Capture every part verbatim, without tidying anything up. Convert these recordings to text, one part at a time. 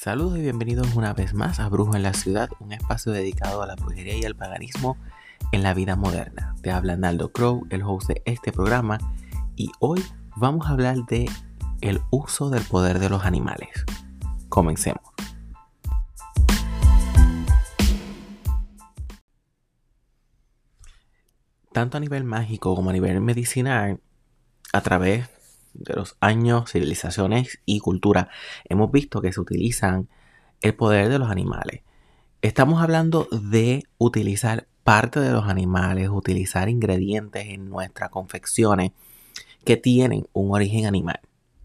Saludos y bienvenidos una vez más a Brujo en la Ciudad, un espacio dedicado a la brujería y al paganismo en la vida moderna. Te habla Naldo Crow, el host de este programa, y hoy vamos a hablar de el uso del poder de los animales. Comencemos. Tanto a nivel mágico como a nivel medicinal, a través de los años, civilizaciones y cultura, hemos visto que se utilizan el poder de los animales. Estamos hablando de utilizar parte de los animales, utilizar ingredientes en nuestras confecciones que tienen un origen animal.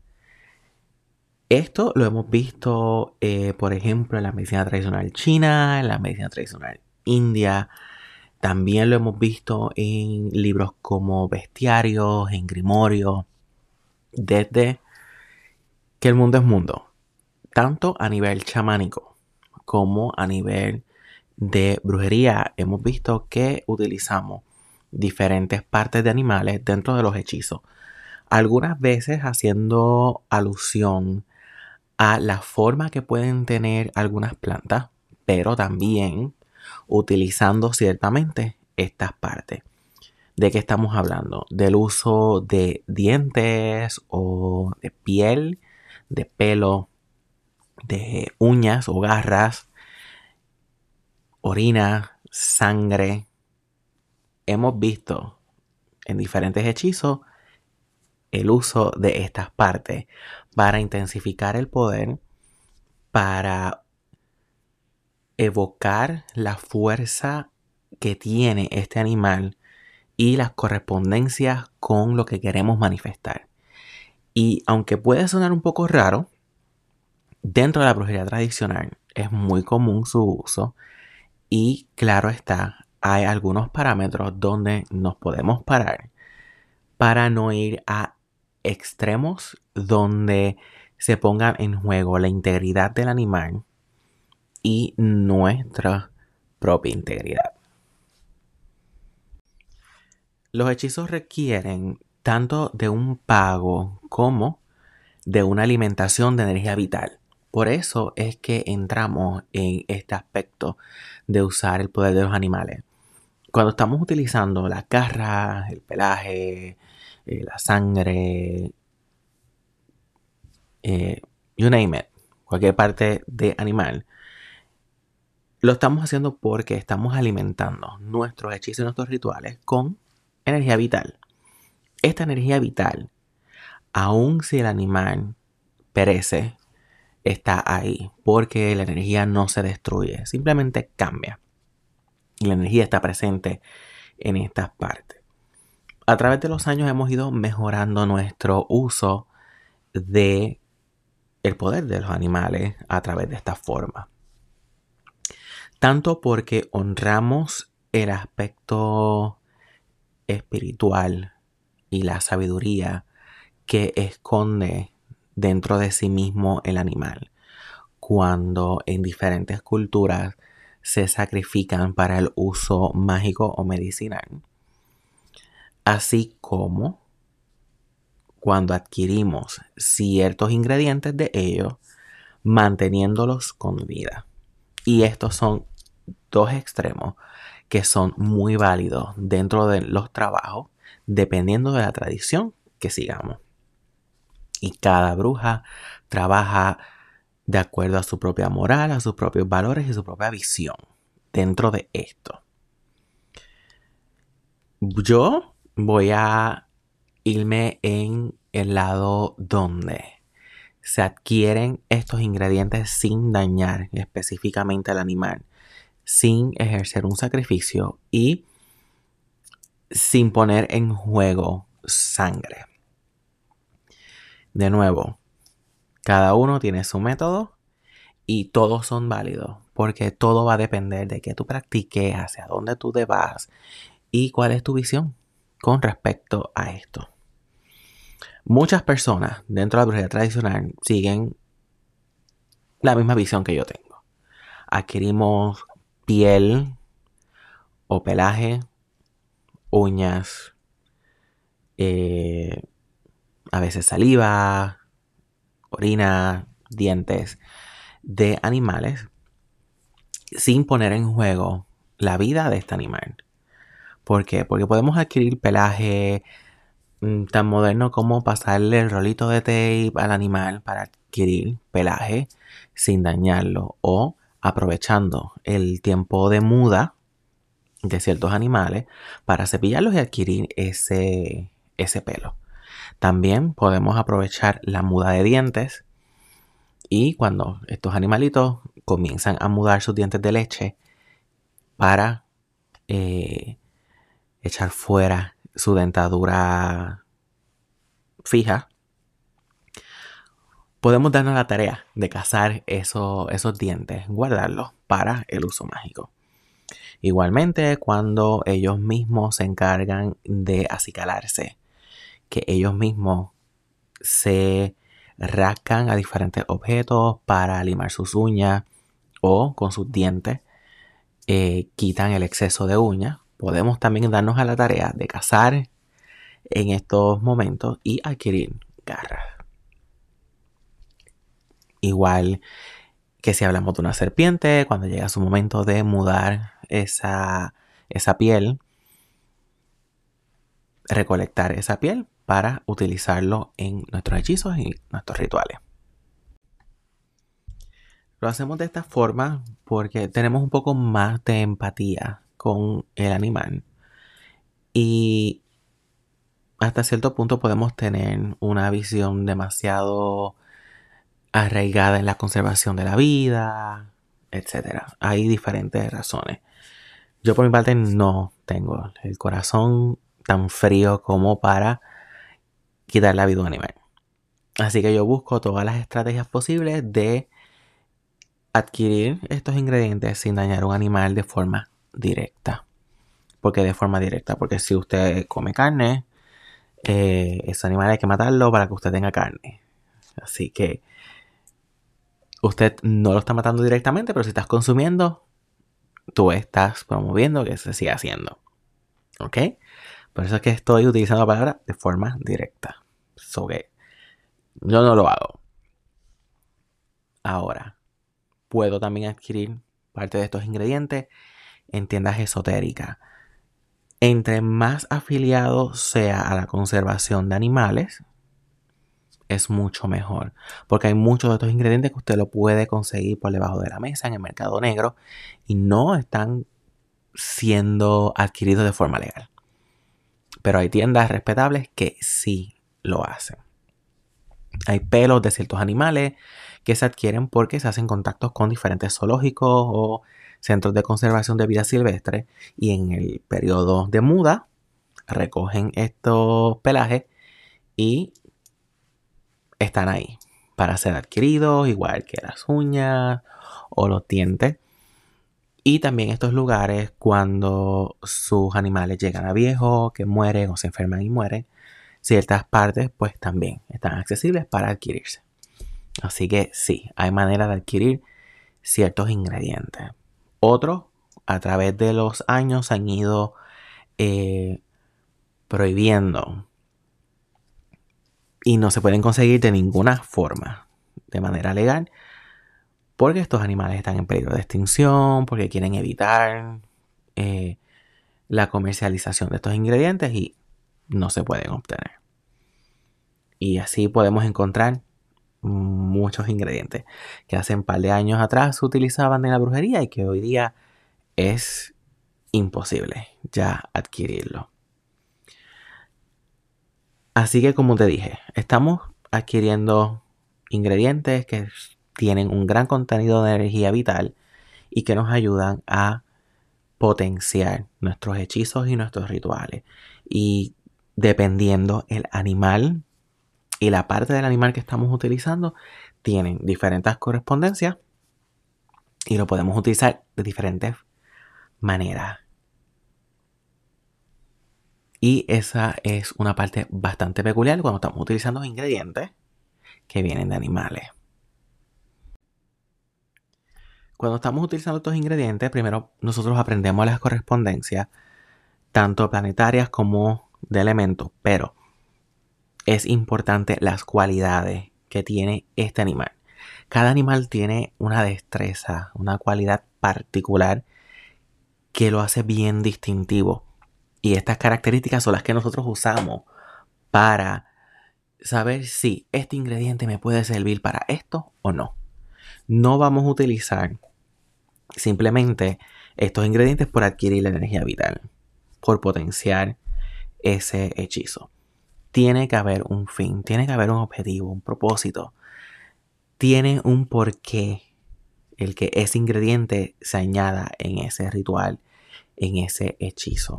Esto lo hemos visto, eh, por ejemplo, en la medicina tradicional china, en la medicina tradicional india. También lo hemos visto en libros como bestiarios, en grimorios, desde que el mundo es mundo, tanto a nivel chamánico como a nivel de brujería. Hemos visto que utilizamos diferentes partes de animales dentro de los hechizos, algunas veces haciendo alusión a la forma que pueden tener algunas plantas, pero también utilizando ciertamente estas partes. ¿De qué estamos hablando? Del uso de dientes o de piel, de pelo, de uñas o garras, orina, sangre. Hemos visto en diferentes hechizos el uso de estas partes para intensificar el poder, para evocar la fuerza que tiene este animal y las correspondencias con lo que queremos manifestar. Y aunque puede sonar un poco raro, dentro de la brujería tradicional es muy común su uso y claro está, hay algunos parámetros donde nos podemos parar para no ir a extremos donde se ponga en juego la integridad del animal y nuestra propia integridad. Los hechizos requieren tanto de un pago como de una alimentación de energía vital. Por eso es que entramos en este aspecto de usar el poder de los animales. Cuando estamos utilizando las garras, el pelaje, eh, la sangre, eh, you name it, cualquier parte de animal, lo estamos haciendo porque estamos alimentando nuestros hechizos y nuestros rituales con energía vital. Esta energía vital, aun si el animal perece, está ahí porque la energía no se destruye, simplemente cambia. Y la energía está presente en estas partes. A través de los años hemos ido mejorando nuestro uso de el poder de los animales a través de esta forma. Tanto porque honramos el aspecto espiritual y la sabiduría que esconde dentro de sí mismo el animal, cuando en diferentes culturas se sacrifican para el uso mágico o medicinal, así como cuando adquirimos ciertos ingredientes de ellos, manteniéndolos con vida. Y estos son dos extremos que son muy válidos dentro de los trabajos, dependiendo de la tradición que sigamos. Y cada bruja trabaja de acuerdo a su propia moral, a sus propios valores y su propia visión dentro de esto. Yo voy a irme en el lado donde se adquieren estos ingredientes sin dañar específicamente al animal, sin ejercer un sacrificio y sin poner en juego sangre. De nuevo, cada uno tiene su método y todos son válidos porque todo va a depender de qué tú practiques, hacia dónde tú te vas y cuál es tu visión con respecto a esto. Muchas personas dentro de la brujería tradicional siguen la misma visión que yo tengo. Adquirimos piel o pelaje, uñas, eh, a veces saliva, orina, dientes de animales sin poner en juego la vida de este animal. ¿Por qué? Porque podemos adquirir pelaje mm, tan moderno como pasarle el rolito de tape al animal para adquirir pelaje sin dañarlo, o aprovechando el tiempo de muda de ciertos animales para cepillarlos y adquirir ese, ese pelo. También podemos aprovechar la muda de dientes, y cuando estos animalitos comienzan a mudar sus dientes de leche para eh, echar fuera su dentadura fija, podemos darnos la tarea de cazar eso, esos dientes, guardarlos para el uso mágico. Igualmente, cuando ellos mismos se encargan de acicalarse, que ellos mismos se rascan a diferentes objetos para limar sus uñas, o con sus dientes eh, quitan el exceso de uñas, podemos también darnos a la tarea de cazar en estos momentos y adquirir garras. Igual que si hablamos de una serpiente, cuando llega su momento de mudar esa, esa piel, recolectar esa piel para utilizarlo en nuestros hechizos y nuestros rituales. Lo hacemos de esta forma porque tenemos un poco más de empatía con el animal, y hasta cierto punto podemos tener una visión demasiado arraigada en la conservación de la vida, etcétera. Hay diferentes razones. Yo por mi parte no tengo el corazón tan frío como para quitar la vida a un animal. Así que yo busco todas las estrategias posibles de adquirir estos ingredientes sin dañar a un animal de forma directa. ¿Por qué de forma directa? Porque si usted come carne, eh, ese animal hay que matarlo para que usted tenga carne. Así que usted no lo está matando directamente, pero si estás consumiendo, tú estás promoviendo que se siga haciendo. ¿Ok? Por eso es que estoy utilizando la palabra de forma directa. So que yo no lo hago. Ahora, puedo también adquirir parte de estos ingredientes en tiendas esotéricas. Entre más afiliado sea a la conservación de animales, es mucho mejor, porque hay muchos de estos ingredientes que usted lo puede conseguir por debajo de la mesa en el mercado negro y no están siendo adquiridos de forma legal. Pero hay tiendas respetables que sí lo hacen. Hay pelos de ciertos animales que se adquieren porque se hacen contactos con diferentes zoológicos o centros de conservación de vida silvestre, y en el periodo de muda recogen estos pelajes y están ahí para ser adquiridos, igual que las uñas o los dientes. Y también estos lugares, cuando sus animales llegan a viejos, que mueren o se enferman y mueren, ciertas partes pues también están accesibles para adquirirse. Así que sí, hay manera de adquirir ciertos ingredientes. Otros, a través de los años, han ido eh, prohibiendo y no se pueden conseguir de ninguna forma de manera legal, porque estos animales están en peligro de extinción, porque quieren evitar eh, la comercialización de estos ingredientes y no se pueden obtener. Y así podemos encontrar muchos ingredientes que hace un par de años atrás se utilizaban en la brujería y que hoy día es imposible ya adquirirlo. Así que, como te dije, estamos adquiriendo ingredientes que tienen un gran contenido de energía vital y que nos ayudan a potenciar nuestros hechizos y nuestros rituales. Y dependiendo el animal y la parte del animal que estamos utilizando, tienen diferentes correspondencias y lo podemos utilizar de diferentes maneras. Y esa es una parte bastante peculiar cuando estamos utilizando ingredientes que vienen de animales. Cuando estamos utilizando estos ingredientes, primero nosotros aprendemos las correspondencias, tanto planetarias como de elementos, pero es importante las cualidades que tiene este animal. Cada animal tiene una destreza, una cualidad particular que lo hace bien distintivo. Y estas características son las que nosotros usamos para saber si este ingrediente me puede servir para esto o no. No vamos a utilizar simplemente estos ingredientes por adquirir la energía vital, por potenciar ese hechizo. Tiene que haber un fin, tiene que haber un objetivo, un propósito. Tiene un porqué el que ese ingrediente se añada en ese ritual, en ese hechizo.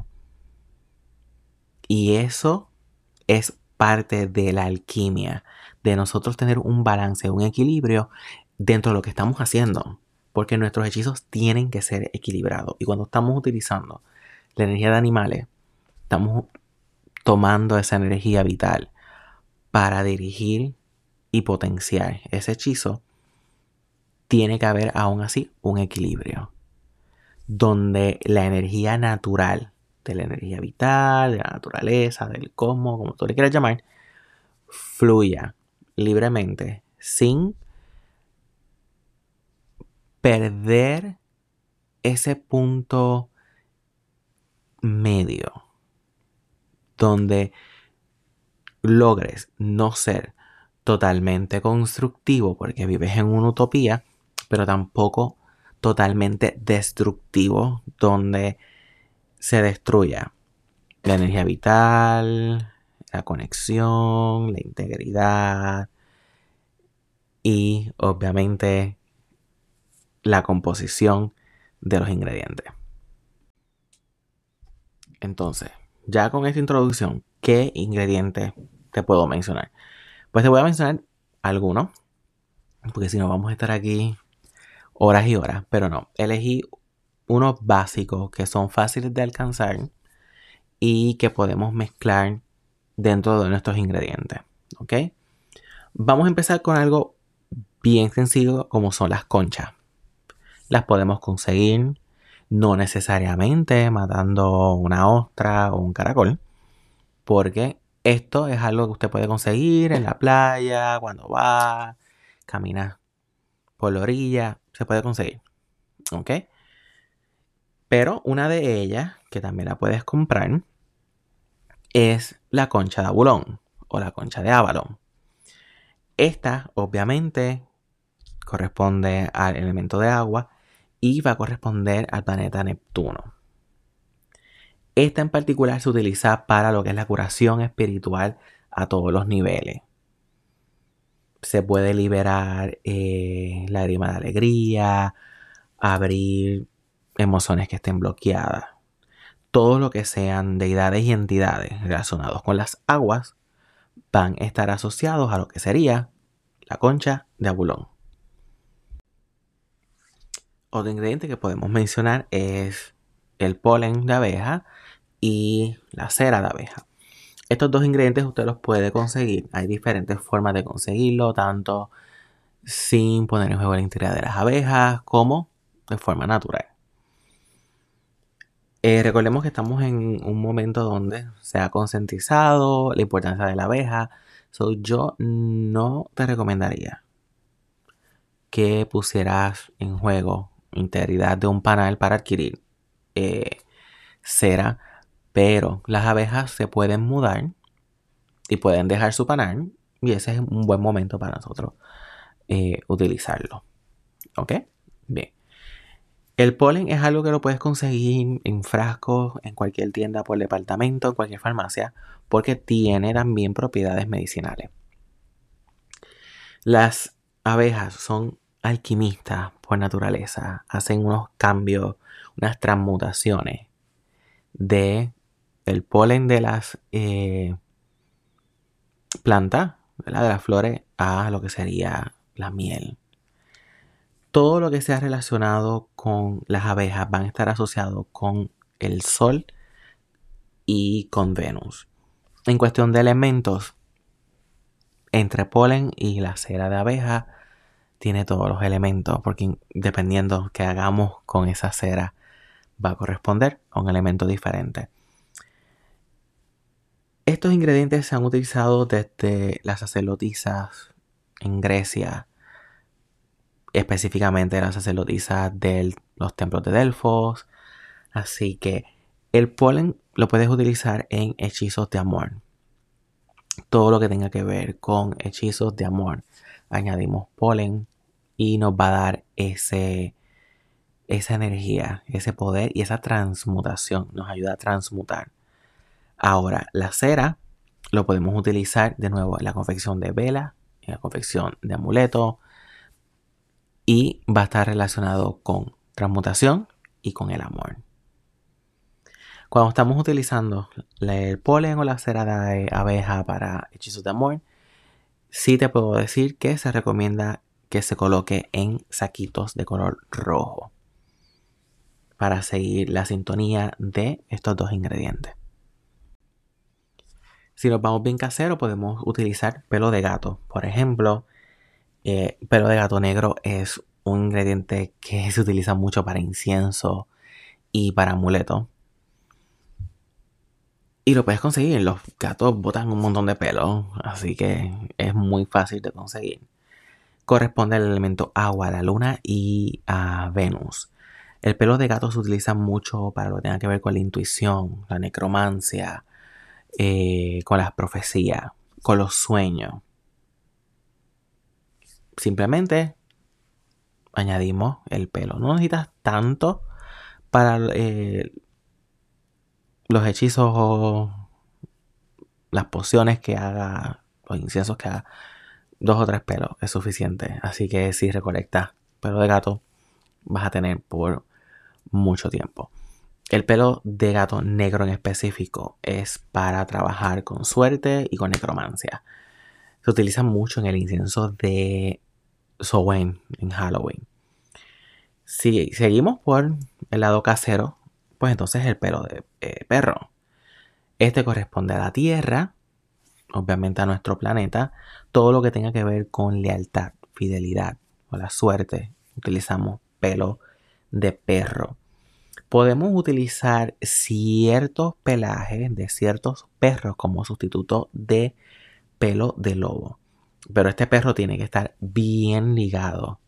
Y eso es parte de la alquimia, de nosotros tener un balance, un equilibrio dentro de lo que estamos haciendo. Porque nuestros hechizos tienen que ser equilibrados. Y cuando estamos utilizando la energía de animales, estamos tomando esa energía vital para dirigir y potenciar ese hechizo. Tiene que haber aún así un equilibrio, donde la energía natural, de la energía vital, de la naturaleza, del cosmos, como tú le quieras llamar, fluya libremente sin perder ese punto medio, donde logres no ser totalmente constructivo porque vives en una utopía, pero tampoco totalmente destructivo, donde se destruya la energía vital, la conexión, la integridad y obviamente la composición de los ingredientes. Entonces, ya con esta introducción, ¿qué ingredientes te puedo mencionar? Pues te voy a mencionar algunos, porque si no vamos a estar aquí horas y horas, pero no, elegí unos básicos que son fáciles de alcanzar y que podemos mezclar dentro de nuestros ingredientes, ¿ok? Vamos a empezar con algo bien sencillo como son las conchas. Las podemos conseguir no necesariamente matando una ostra o un caracol, porque esto es algo que usted puede conseguir en la playa, cuando va, camina por la orilla, se puede conseguir, ¿ok? Pero una de ellas, que también la puedes comprar, es la concha de abulón o la concha de Avalon. Esta, obviamente, corresponde al elemento de agua y va a corresponder al planeta Neptuno. Esta en particular se utiliza para lo que es la curación espiritual a todos los niveles. Se puede liberar eh, lágrimas de alegría, abrir emociones que estén bloqueadas. Todo lo que sean deidades y entidades relacionados con las aguas van a estar asociados a lo que sería la concha de abulón. Otro ingrediente que podemos mencionar es el polen de abeja y la cera de abeja. Estos dos ingredientes usted los puede conseguir. Hay diferentes formas de conseguirlo, tanto sin poner en juego la integridad de las abejas como de forma natural. Eh, recordemos que estamos en un momento donde se ha concientizado la importancia de la abeja. So, yo no te recomendaría que pusieras en juego integridad de un panal para adquirir eh, cera, pero las abejas se pueden mudar y pueden dejar su panal y ese es un buen momento para nosotros eh, utilizarlo. ¿Ok? Bien. El polen es algo que lo puedes conseguir en frascos, en cualquier tienda por departamento, en cualquier farmacia, porque tiene también propiedades medicinales. Las abejas son alquimistas por naturaleza, hacen unos cambios, unas transmutaciones de el polen de las eh, plantas, ¿verdad? De las flores, a lo que sería la miel. Todo lo que sea relacionado con las abejas van a estar asociados con el sol y con Venus. En cuestión de elementos, entre polen y la cera de abeja tiene todos los elementos, porque dependiendo que hagamos con esa cera va a corresponder a un elemento diferente. Estos ingredientes se han utilizado desde las sacerdotisas en Grecia específicamente la sacerdotisa de los templos de Delfos. Así que el polen lo puedes utilizar en hechizos de amor. Todo lo que tenga que ver con hechizos de amor. Añadimos polen y nos va a dar ese, esa energía, ese poder y esa transmutación. Nos ayuda a transmutar. Ahora, la cera lo podemos utilizar de nuevo en la confección de velas, en la confección de amuletos. Y va a estar relacionado con transmutación y con el amor. Cuando estamos utilizando el polen o la cera de abeja para hechizos de amor, sí te puedo decir que se recomienda que se coloque en saquitos de color rojo para seguir la sintonía de estos dos ingredientes. Si nos vamos bien casero, podemos utilizar pelo de gato. Por ejemplo, eh, pelo de gato negro es un ingrediente que se utiliza mucho para incienso y para amuletos. Y lo puedes conseguir. Los gatos botan un montón de pelo, así que es muy fácil de conseguir. Corresponde al elemento agua, a la luna y a Venus. El pelo de gato se utiliza mucho para lo que tenga que ver con la intuición, la necromancia, eh, con las profecías, con los sueños. Simplemente añadimos el pelo. No necesitas tanto para eh, los hechizos o las pociones que haga, los inciensos que haga. Dos o tres pelos es suficiente. Así que si recolectas pelo de gato, vas a tener por mucho tiempo. El pelo de gato negro en específico es para trabajar con suerte y con necromancia. Se utiliza mucho en el incienso de Samhain en Halloween. Si seguimos por el lado casero, pues entonces el pelo de eh, perro. Este corresponde a la tierra, obviamente a nuestro planeta. Todo lo que tenga que ver con lealtad, fidelidad o la suerte, utilizamos pelo de perro. Podemos utilizar ciertos pelajes de ciertos perros como sustituto de pelo de lobo. Pero este perro tiene que estar bien ligado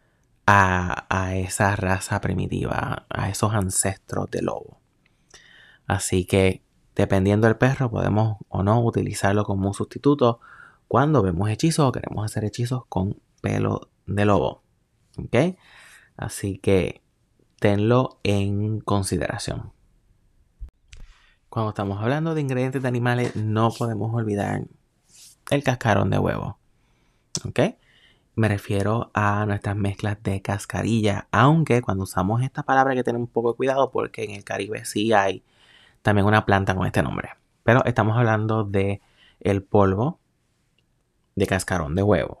a, a esa raza primitiva, a esos ancestros de lobo. Así que dependiendo del perro podemos o no utilizarlo como un sustituto cuando vemos hechizos o queremos hacer hechizos con pelo de lobo. ¿Ok? Así que tenlo en consideración. Cuando estamos hablando de ingredientes de animales, no podemos olvidar el cascarón de huevo. ¿Ok? Me refiero a nuestras mezclas de cascarilla, aunque cuando usamos esta palabra hay que tener un poco de cuidado porque en el Caribe sí hay también una planta con este nombre. Pero estamos hablando de el polvo de cascarón de huevo.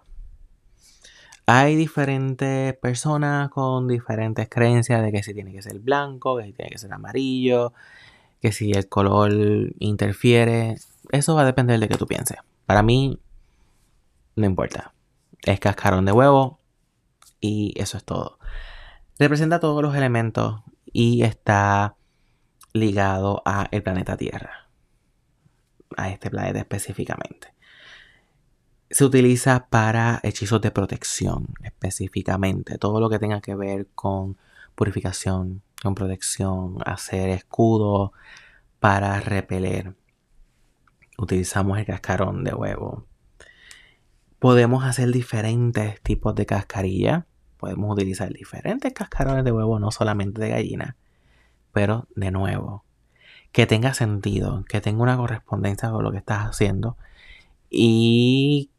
Hay diferentes personas con diferentes creencias de que si tiene que ser blanco, que si tiene que ser amarillo, que si el color interfiere. Eso va a depender de que tú pienses. Para mí, no importa. Es cascarón de huevo y eso es todo. Representa todos los elementos y está ligado a el planeta Tierra. A este planeta específicamente. Se utiliza para hechizos de protección específicamente. Todo lo que tenga que ver con purificación, con protección, hacer escudos para repeler. Utilizamos el cascarón de huevo. Podemos hacer diferentes tipos de cascarilla. Podemos utilizar diferentes cascarones de huevo, no solamente de gallina. Pero de nuevo, que tenga sentido, que tenga una correspondencia con lo que estás haciendo. Y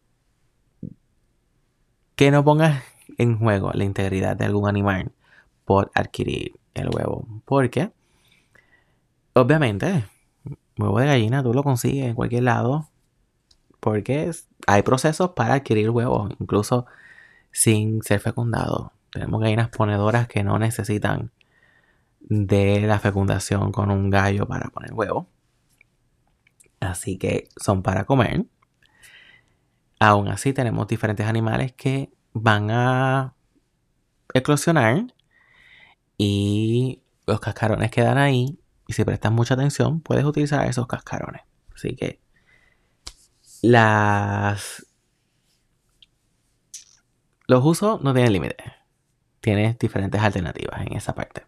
que no pongas en juego la integridad de algún animal por adquirir el huevo. Porque, obviamente, huevo de gallina tú lo consigues en cualquier lado. Porque hay procesos para adquirir huevos, incluso sin ser fecundado. Tenemos gallinas ponedoras que no necesitan de la fecundación con un gallo para poner huevo. Así que son para comer. Aún así tenemos diferentes animales que van a eclosionar y los cascarones quedan ahí. Y si prestas mucha atención, puedes utilizar esos cascarones. Así que las... los usos no tienen límite. tienes diferentes alternativas en esa parte.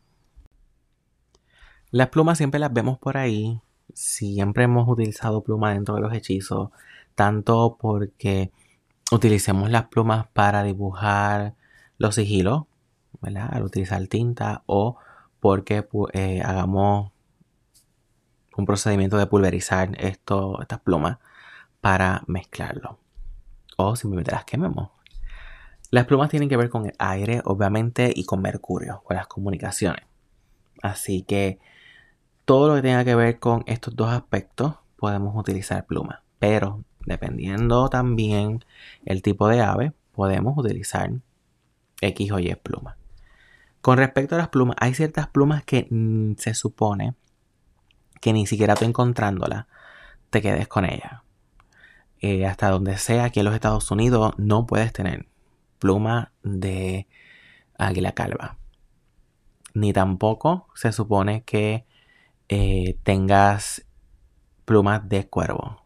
Las plumas siempre las vemos por ahí. Siempre hemos utilizado plumas dentro de los hechizos, tanto porque utilicemos las plumas para dibujar los sigilos, ¿verdad? Al utilizar tinta, o porque eh, hagamos un procedimiento de pulverizar esto, estas plumas para mezclarlo, o simplemente las quememos. Las plumas tienen que ver con el aire, obviamente, y con mercurio, con las comunicaciones. Así que todo lo que tenga que ver con estos dos aspectos podemos utilizar plumas, pero dependiendo también el tipo de ave, podemos utilizar X o Y plumas. Con respecto a las plumas, hay ciertas plumas que mmm, se supone que ni siquiera tú encontrándolas te quedes con ellas. Eh, hasta donde sea, aquí en los Estados Unidos no puedes tener pluma de águila calva. Ni tampoco se supone que eh, tengas plumas de cuervo.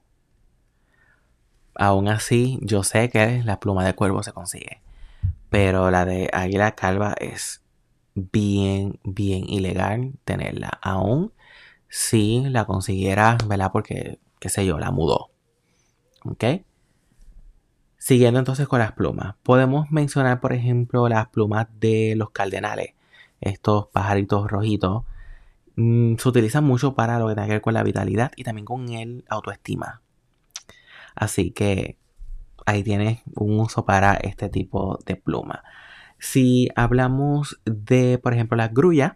Aún así, yo sé que la pluma de cuervo se consigue, pero la de águila calva es bien, bien ilegal tenerla. Aún si la consiguiera, ¿verdad? Porque, qué sé yo, la mudó. ¿Ok? Siguiendo entonces con las plumas. Podemos mencionar, por ejemplo, las plumas de los cardenales. Estos pajaritos rojitos. Mmm, se utilizan mucho para lo que tiene que ver con la vitalidad y también con el autoestima. Así que ahí tienes un uso para este tipo de pluma. Si hablamos de, por ejemplo, las grullas,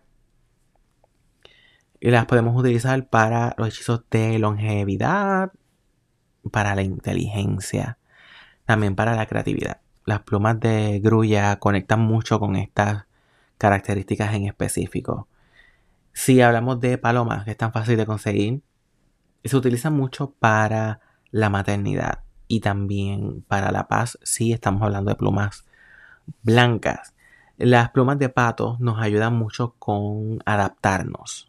las podemos utilizar para los hechizos de longevidad, para la inteligencia, también para la creatividad. Las plumas de grulla conectan mucho con estas características en específico. Si hablamos de palomas, que es tan fácil de conseguir, se utilizan mucho para la maternidad y también para la paz si estamos hablando de plumas blancas. Las plumas de pato nos ayudan mucho con adaptarnos.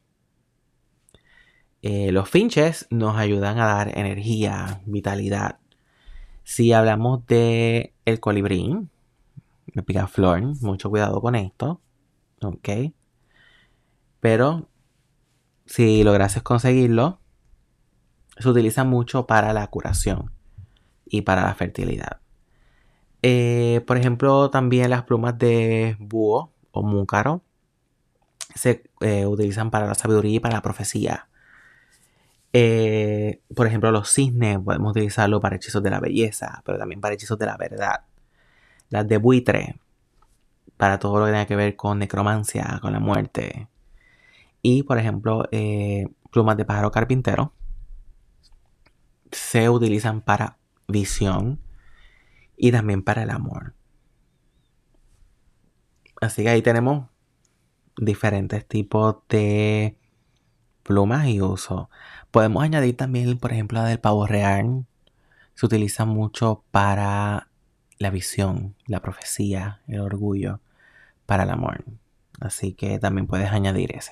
Eh, los finches nos ayudan a dar energía, vitalidad. Si hablamos de el colibrí, el picaflor, mucho cuidado con esto, ¿ok? Pero si lograses conseguirlo, se utiliza mucho para la curación y para la fertilidad. Eh, por ejemplo, también las plumas de búho o múcaro se eh, utilizan para la sabiduría y para la profecía. Eh, por ejemplo, los cisnes podemos utilizarlo para hechizos de la belleza, pero también para hechizos de la verdad. Las de buitre, para todo lo que tenga que ver con necromancia, con la muerte. Y, por ejemplo, eh, plumas de pájaro carpintero se utilizan para visión y también para el amor. Así que ahí tenemos diferentes tipos de plumas y uso. Podemos añadir también, por ejemplo, la del pavo real. Se utiliza mucho para la visión, la profecía, el orgullo, para el amor. Así que también puedes añadir ese.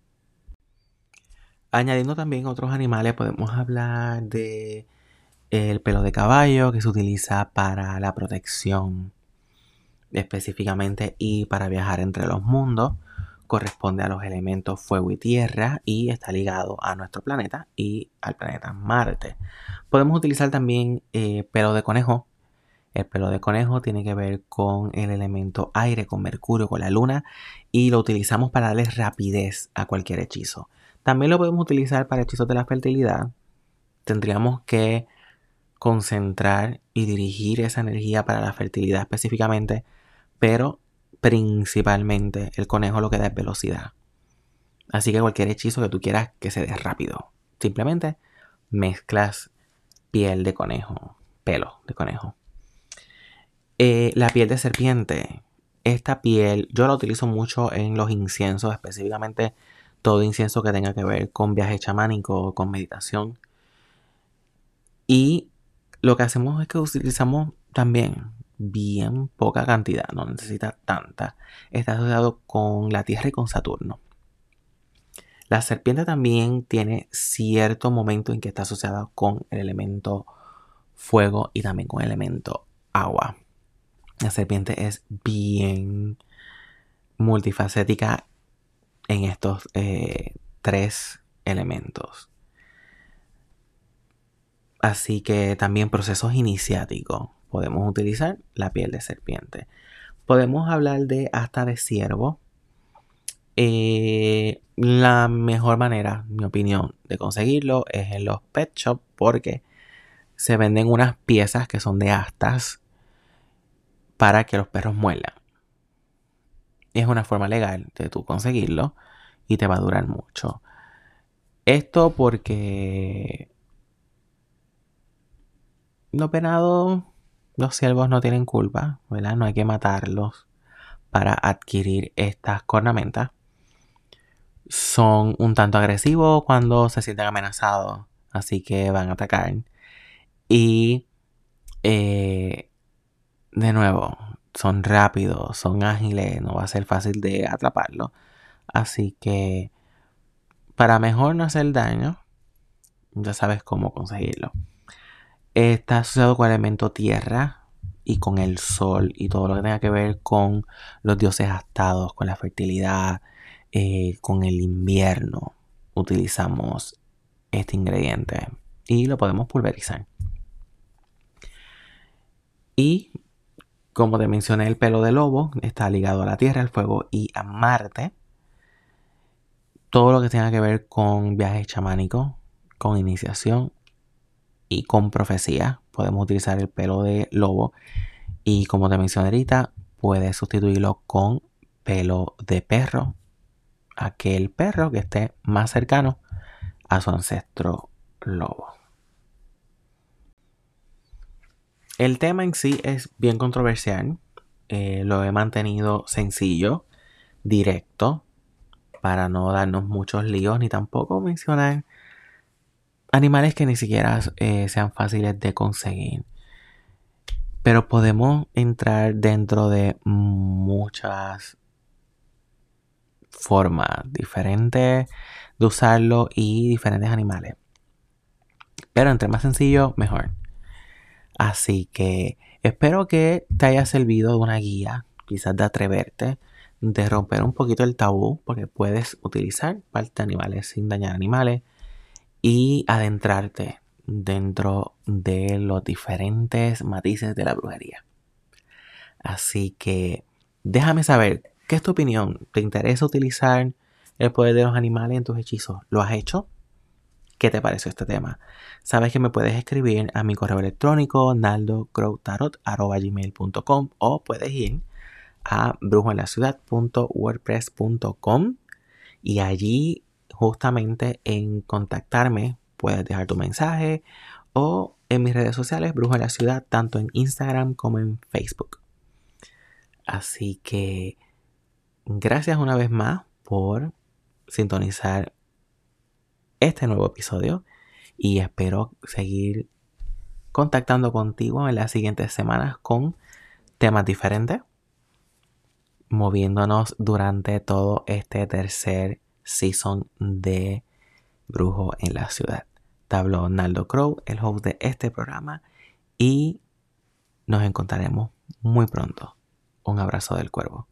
Añadiendo también otros animales, podemos hablar de el pelo de caballo, que se utiliza para la protección específicamente y para viajar entre los mundos. Corresponde a los elementos fuego y tierra y está ligado a nuestro planeta y al planeta Marte. Podemos utilizar también eh, pelo de conejo. El pelo de conejo tiene que ver con el elemento aire, con Mercurio, con la luna, y lo utilizamos para darle rapidez a cualquier hechizo. También lo podemos utilizar para hechizos de la fertilidad. Tendríamos que concentrar y dirigir esa energía para la fertilidad específicamente, pero principalmente el conejo lo que da es velocidad. Así que cualquier hechizo que tú quieras que se dé rápido, simplemente mezclas piel de conejo, pelo de conejo. Eh, la piel de serpiente. Esta piel yo la utilizo mucho en los inciensos, específicamente todo incienso que tenga que ver con viaje chamánico, con meditación. Y lo que hacemos es que utilizamos también bien poca cantidad, no necesita tanta. Está asociado con la Tierra y con Saturno. La serpiente también tiene cierto momento en que está asociada con el elemento fuego y también con el elemento agua. La serpiente es bien multifacética en estos eh, tres elementos. Así que también procesos iniciáticos. Podemos utilizar la piel de serpiente. Podemos hablar de hasta de ciervo. Eh, la mejor manera, en mi opinión, de conseguirlo es en los pet shops porque se venden unas piezas que son de astas para que los perros muerdan. Es una forma legal de tú conseguirlo y te va a durar mucho. Esto porque los venados, los ciervos no tienen culpa, ¿verdad? No hay que matarlos para adquirir estas cornamentas. Son un tanto agresivos cuando se sienten amenazados, así que van a atacar. Y eh, de nuevo, son rápidos, son ágiles, no va a ser fácil de atraparlos. Así que para mejor no hacer daño, ya sabes cómo conseguirlo. Está asociado con el elemento tierra y con el sol y todo lo que tenga que ver con los dioses astados, con la fertilidad, eh, con el invierno. Utilizamos este ingrediente y lo podemos pulverizar. Y como te mencioné, el pelo de lobo está ligado a la tierra, al fuego y a Marte. Todo lo que tenga que ver con viajes chamánicos, con iniciación y con profecía, podemos utilizar el pelo de lobo. Y como te mencioné ahorita, puedes sustituirlo con pelo de perro. Aquel perro que esté más cercano a su ancestro lobo. El tema en sí es bien controversial. Eh, lo he mantenido sencillo, directo, para no darnos muchos líos ni tampoco mencionar animales que ni siquiera eh, sean fáciles de conseguir. Pero podemos entrar dentro de muchas formas diferentes de usarlo y diferentes animales. Pero entre más sencillo, mejor. Así que espero que te haya servido de una guía, quizás de atreverte, de romper un poquito el tabú, porque puedes utilizar partes de animales sin dañar animales y adentrarte dentro de los diferentes matices de la brujería. Así que déjame saber, ¿qué es tu opinión? ¿Te interesa utilizar el poder de los animales en tus hechizos? ¿Lo has hecho? ¿Qué te pareció este tema? Sabes que me puedes escribir a mi correo electrónico naldo crow tarot arroba gmail punto com o puedes ir a brujo en la ciudad punto wordpress punto com y allí justamente en contactarme puedes dejar tu mensaje o en mis redes sociales Brujo en la Ciudad, tanto en Instagram como en Facebook. Así que gracias una vez más por sintonizar este nuevo episodio y espero seguir contactando contigo en las siguientes semanas con temas diferentes, moviéndonos durante todo este tercer season de Brujo en la Ciudad. Te habló Naldo Crow, el host de este programa, y nos encontraremos muy pronto. Un abrazo del cuervo.